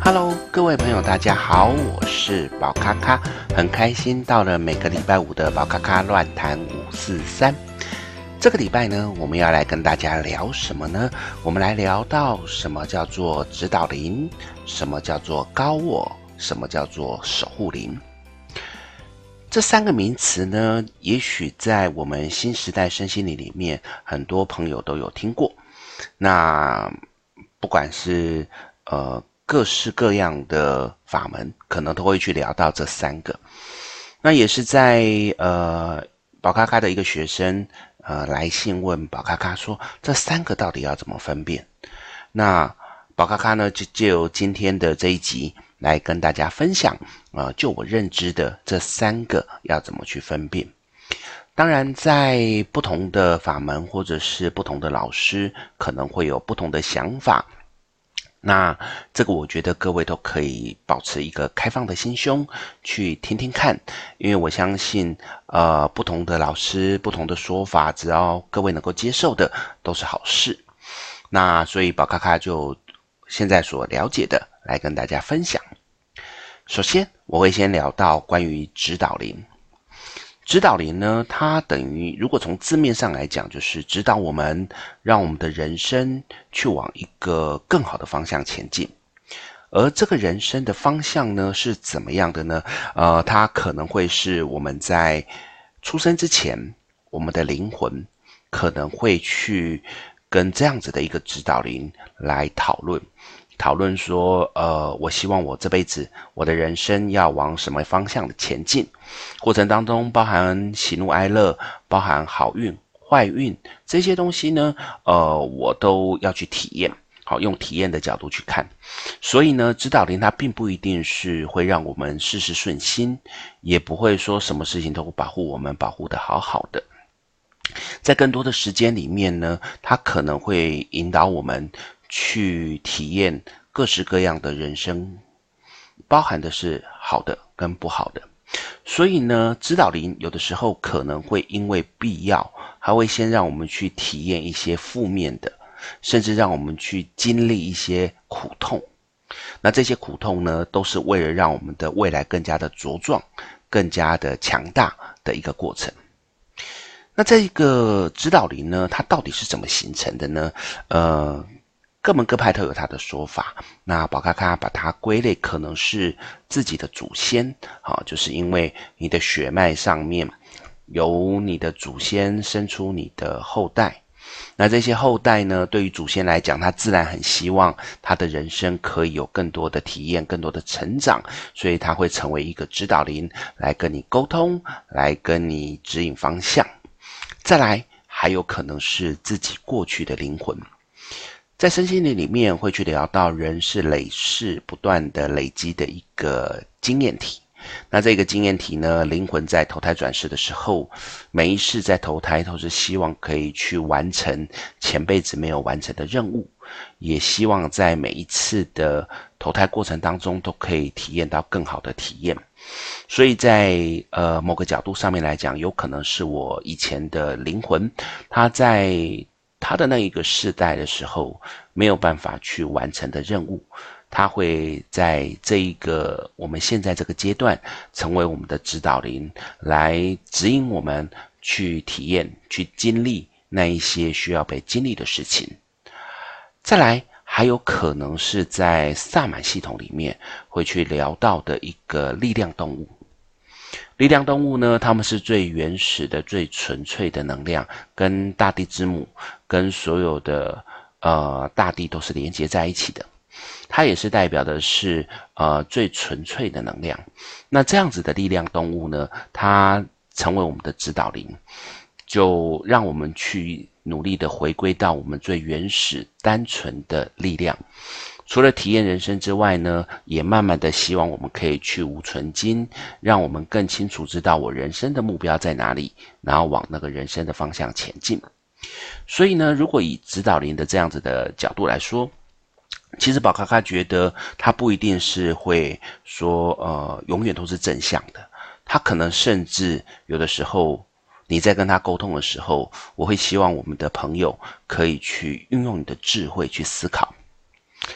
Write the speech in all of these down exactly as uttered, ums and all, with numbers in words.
Hello，各位朋友，大家好，我是宝咖咖，很开心到了每个礼拜五的宝咖咖乱谈五四三。这个礼拜呢，我们要来跟大家聊什么呢？我们来聊到什么叫做指导灵，什么叫做高我，什么叫做守护灵。这三个名词呢，也许在我们新时代身心灵里面，很多朋友都有听过。那不管是呃各式各样的法门，可能都会去聊到这三个。那也是在呃宝咖咖的一个学生呃来信问宝咖咖说，这三个到底要怎么分辨？那宝咖咖呢就借由今天的这一集来跟大家分享，呃，就我认知的这三个要怎么去分辨。当然在不同的法门或者是不同的老师可能会有不同的想法，那这个我觉得各位都可以保持一个开放的心胸去听听看，因为我相信呃不同的老师不同的说法，只要各位能够接受的都是好事。那所以宝咖咖就现在所了解的来跟大家分享。首先我会先聊到关于指导灵。指导灵呢，它等于如果从字面上来讲，就是指导我们，让我们的人生去往一个更好的方向前进。而这个人生的方向呢，是怎么样的呢？呃，它可能会是我们在出生之前，我们的灵魂可能会去跟这样子的一个指导灵来讨论。讨论说呃，我希望我这辈子我的人生要往什么方向的前进，过程当中包含喜怒哀乐，包含好运坏运，这些东西呢呃，我都要去体验，好，用体验的角度去看。所以呢，指导灵它并不一定是会让我们事事顺心，也不会说什么事情都保护我们保护得好好的。在更多的时间里面呢，它可能会引导我们去体验各式各样的人生，包含的是好的跟不好的。所以呢，指导灵有的时候可能会因为必要，还会先让我们去体验一些负面的，甚至让我们去经历一些苦痛。那这些苦痛呢，都是为了让我们的未来更加的茁壮，更加的强大的一个过程。那这个指导灵呢，它到底是怎么形成的呢？呃，各门各派都有它的说法。那宝咖咖把它归类，可能是自己的祖先，啊，就是因为你的血脉上面由你的祖先生出你的后代。那这些后代呢，对于祖先来讲，他自然很希望他的人生可以有更多的体验，更多的成长，所以他会成为一个指导灵来跟你沟通，来跟你指引方向。再来还有可能是自己过去的灵魂，在身心灵里面会去聊到人是累世不断的累积的一个经验体。那这个经验体呢，灵魂在投胎转世的时候，每一世在投胎都是希望可以去完成前辈子没有完成的任务，也希望在每一次的投胎过程当中都可以体验到更好的体验。所以在呃某个角度上面来讲，有可能是我以前的灵魂，他在他的那一个世代的时候没有办法去完成的任务，他会在这一个我们现在这个阶段成为我们的指导灵，来指引我们去体验去经历那一些需要被经历的事情。再来还有可能是在萨满系统里面会去聊到的一个力量动物。力量动物呢，它们是最原始的最纯粹的能量，跟大地之母跟所有的呃大地都是连接在一起的，它也是代表的是呃最纯粹的能量。那这样子的力量动物呢，它成为我们的指导灵，就让我们去努力的回归到我们最原始单纯的力量。除了体验人生之外呢，也慢慢的希望我们可以去无存精，让我们更清楚知道我人生的目标在哪里，然后往那个人生的方向前进。所以呢，如果以指导灵的这样子的角度来说，其实宝咖咖觉得他不一定是会说呃永远都是正向的，他可能甚至有的时候你在跟他沟通的时候，我会希望我们的朋友可以去运用你的智慧去思考。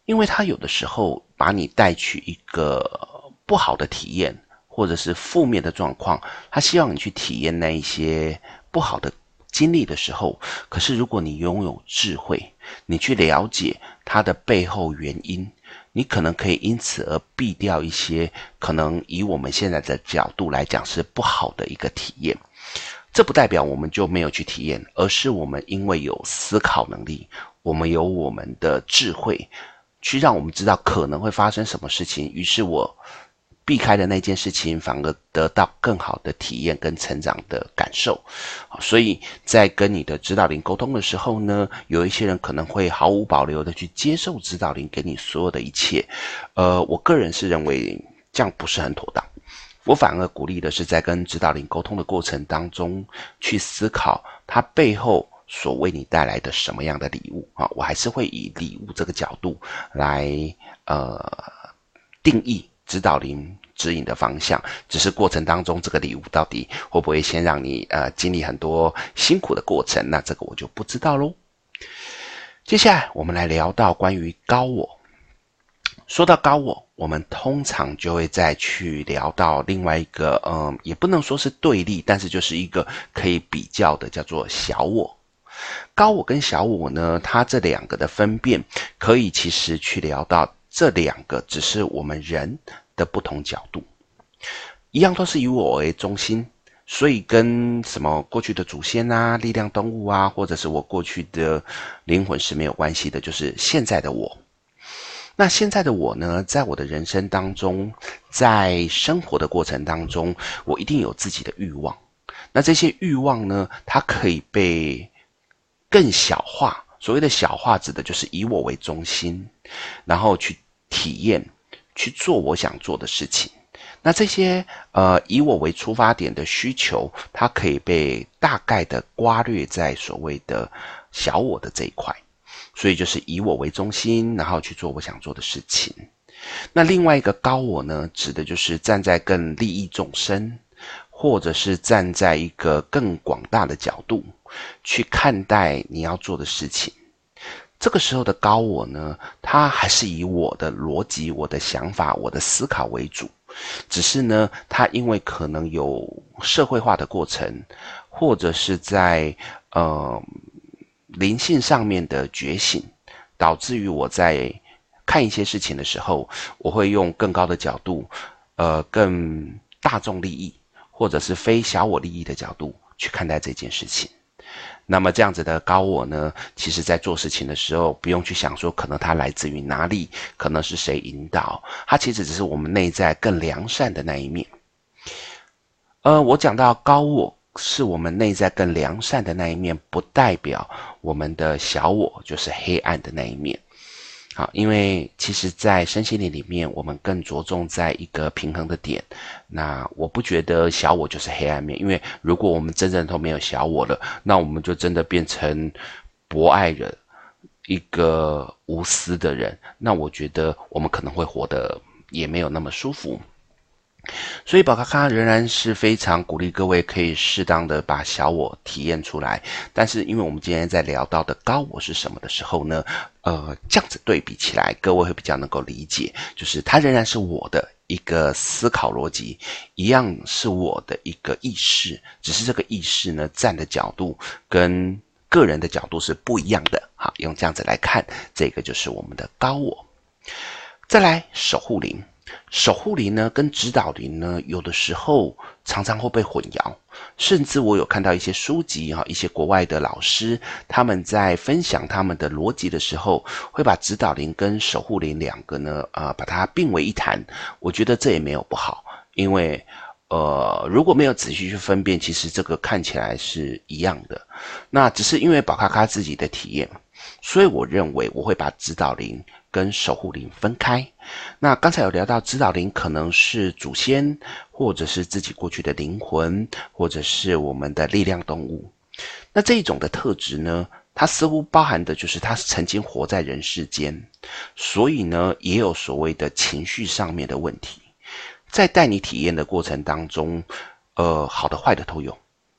因为他有的时候把你带去一个不好的体验，或者是负面的状况，他希望你去体验那一些不好的经历的时候，可是如果你拥有智慧，你去了解它的背后原因，你可能可以因此而避掉一些可能以我们现在的角度来讲是不好的一个体验。这不代表我们就没有去体验，而是我们因为有思考能力，我们有我们的智慧，去让我们知道可能会发生什么事情，于是我避开的那件事情反而得到更好的体验跟成长的感受。所以在跟你的指导灵沟通的时候呢，有一些人可能会毫无保留的去接受指导灵给你所有的一切，呃，我个人是认为这样不是很妥当。我反而鼓励的是在跟指导灵沟通的过程当中去思考它背后所为你带来的什么样的礼物啊，我还是会以礼物这个角度来呃定义指导灵指引的方向，只是过程当中这个礼物到底会不会先让你呃经历很多辛苦的过程，那这个我就不知道咯。接下来我们来聊到关于高我。说到高我，我们通常就会再去聊到另外一个嗯，也不能说是对立，但是就是一个可以比较的，叫做小我。高我跟小我呢，它这两个的分辨可以其实去聊到这两个只是我们人的不同角度，一样都是以我为中心，所以跟什么过去的祖先啊、力量动物啊，或者是我过去的灵魂是没有关系的，就是现在的我。那现在的我呢，在我的人生当中，在生活的过程当中，我一定有自己的欲望。那这些欲望呢，它可以被更小化。所谓的小化指的就是以我为中心，然后去体验，去做我想做的事情。那这些呃以我为出发点的需求，它可以被大概的刮略在所谓的小我的这一块。所以就是以我为中心，然后去做我想做的事情。那另外一个高我呢，指的就是站在更利益众生，或者是站在一个更广大的角度去看待你要做的事情。这个时候的高我呢，它还是以我的逻辑、我的想法、我的思考为主，只是呢，它因为可能有社会化的过程，或者是在呃灵性上面的觉醒，导致于我在看一些事情的时候，我会用更高的角度，呃，更大众利益或者是非小我利益的角度去看待这件事情。那么这样子的高我呢，其实在做事情的时候，不用去想说可能它来自于哪里，可能是谁引导，它其实只是我们内在更良善的那一面。呃，我讲到高我是我们内在更良善的那一面，不代表我们的小我就是黑暗的那一面。好，因为其实在身心灵里面，我们更着重在一个平衡的点。那我不觉得小我就是黑暗面，因为如果我们真正都没有小我了，那我们就真的变成博爱人，一个无私的人，那我觉得我们可能会活得也没有那么舒服。所以宝咖咖仍然是非常鼓励各位可以适当的把小我体验出来，但是因为我们今天在聊到的高我是什么的时候呢，呃，这样子对比起来，各位会比较能够理解，就是它仍然是我的一个思考逻辑，一样是我的一个意识，只是这个意识呢站的角度跟个人的角度是不一样的。好，用这样子来看，这个就是我们的高我。再来守护灵。守护灵呢跟指导灵呢，有的时候常常会被混淆，甚至我有看到一些书籍一些国外的老师，他们在分享他们的逻辑的时候，会把指导灵跟守护灵两个呢呃把它并为一谈。我觉得这也没有不好，因为呃如果没有仔细去分辨，其实这个看起来是一样的。那只是因为宝咖咖自己的体验，所以我认为我会把指导灵跟守护灵分开。那刚才有聊到指导灵可能是祖先，或者是自己过去的灵魂，或者是我们的力量动物。那这一种的特质呢，它似乎包含的就是它曾经活在人世间，所以呢也有所谓的情绪上面的问题。在带你体验的过程当中，呃，好的坏的都有。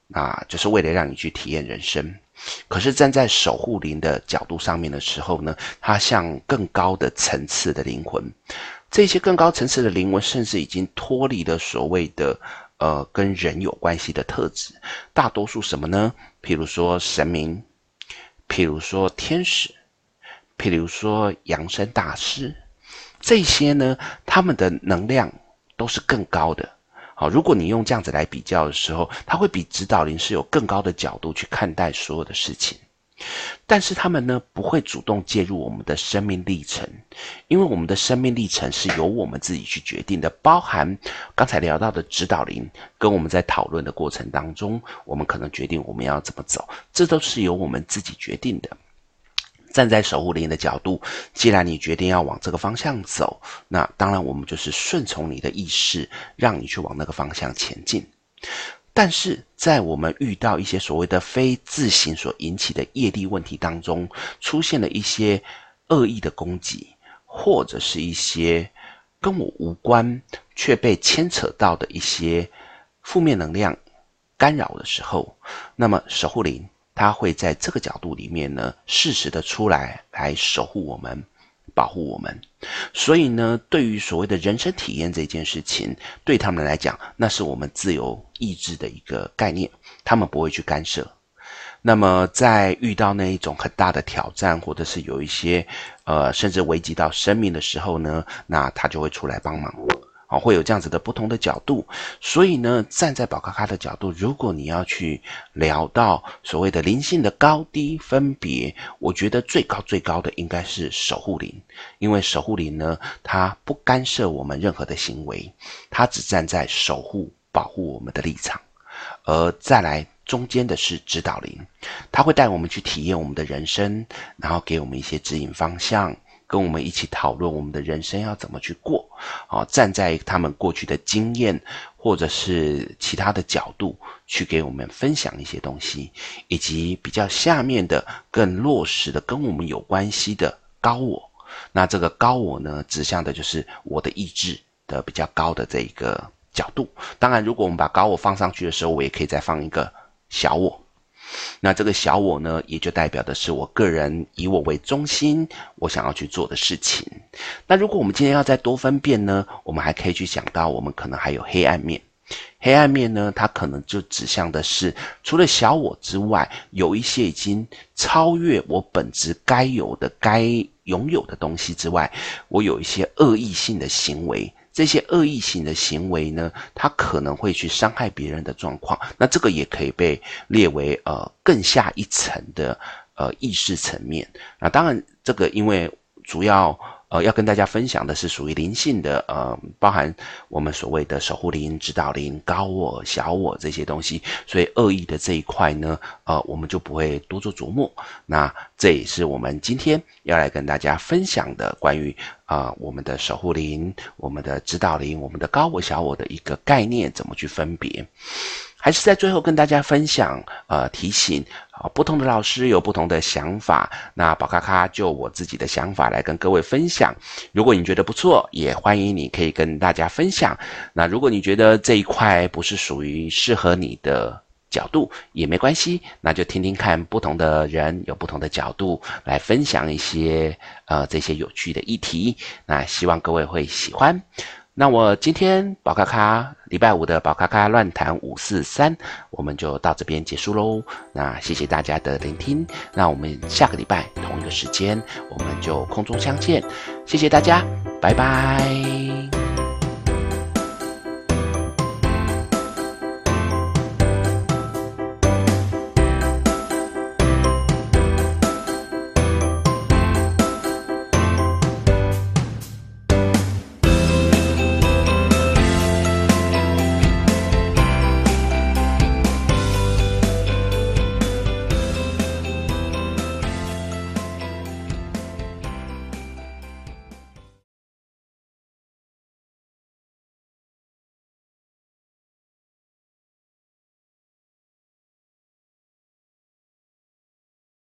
那就是为了让你去体验人生。可是站在守护灵的角度上面的时候呢，它像更高的层次的灵魂，这些更高层次的灵魂甚至已经脱离了所谓的呃跟人有关系的特质。大多数什么呢？譬如说神明，譬如说天使，譬如说扬升大师，这些呢，他们的能量都是更高的。好，如果你用这样子来比较的时候，它会比指导灵是有更高的角度去看待所有的事情。但是他们呢，不会主动介入我们的生命历程，因为我们的生命历程是由我们自己去决定的，包含刚才聊到的指导灵，跟我们在讨论的过程当中，我们可能决定我们要怎么走，这都是由我们自己决定的。站在守护灵的角度，既然你决定要往这个方向走，那当然我们就是顺从你的意识，让你去往那个方向前进。但是在我们遇到一些所谓的非自行所引起的业力问题当中，出现了一些恶意的攻击，或者是一些跟我无关却被牵扯到的一些负面能量干扰的时候，那么守护灵他会在这个角度里面呢，适时的出来来守护我们，保护我们。所以呢，对于所谓的人生体验这件事情，对他们来讲，那是我们自由意志的一个概念，他们不会去干涉。那么在遇到那一种很大的挑战，或者是有一些呃甚至危及到生命的时候呢，那他就会出来帮忙。哦，会有这样子的不同的角度。所以呢，站在宝咖咖的角度，如果你要去聊到所谓的灵性的高低分别，我觉得最高最高的应该是守护灵。因为守护灵呢，它不干涉我们任何的行为，它只站在守护保护我们的立场。而再来中间的是指导灵，它会带我们去体验我们的人生，然后给我们一些指引方向，跟我们一起讨论我们的人生要怎么去过。哦，站在他们过去的经验或者是其他的角度去给我们分享一些东西，以及比较下面的更落实的跟我们有关系的高我。那这个高我呢，指向的就是我的意志的比较高的这一个角度。当然如果我们把高我放上去的时候，我也可以再放一个小我。那这个小我呢，也就代表的是我个人以我为中心，我想要去做的事情。那如果我们今天要再多分辨呢，我们还可以去想到我们可能还有黑暗面。黑暗面呢，它可能就指向的是除了小我之外，有一些已经超越我本质该有的该拥有的东西之外，我有一些恶意性的行为。这些恶意性的行为呢，它可能会去伤害别人的状况，那这个也可以被列为呃更下一层的呃意识层面。那当然这个因为主要呃要跟大家分享的是属于灵性的，呃包含我们所谓的守护灵、指导灵、高我、小我这些东西，所以恶意的这一块呢，呃我们就不会多做琢磨。那这也是我们今天要来跟大家分享的关于啊、呃，我们的守护灵、我们的指导灵、我们的高我、小我的一个概念，怎么去分别？还是在最后跟大家分享，呃，提醒啊、呃，不同的老师有不同的想法。那宝咖咖就我自己的想法来跟各位分享。如果你觉得不错，也欢迎你可以跟大家分享。那如果你觉得这一块不是属于适合你的角度也没关系，那就听听看不同的人有不同的角度来分享一些呃这些有趣的议题，那希望各位会喜欢。那我今天宝咖咖礼拜五的宝咖咖乱谈五四三我们就到这边结束咯。那谢谢大家的聆听，那我们下个礼拜同一个时间我们就空中相见，谢谢大家，拜拜。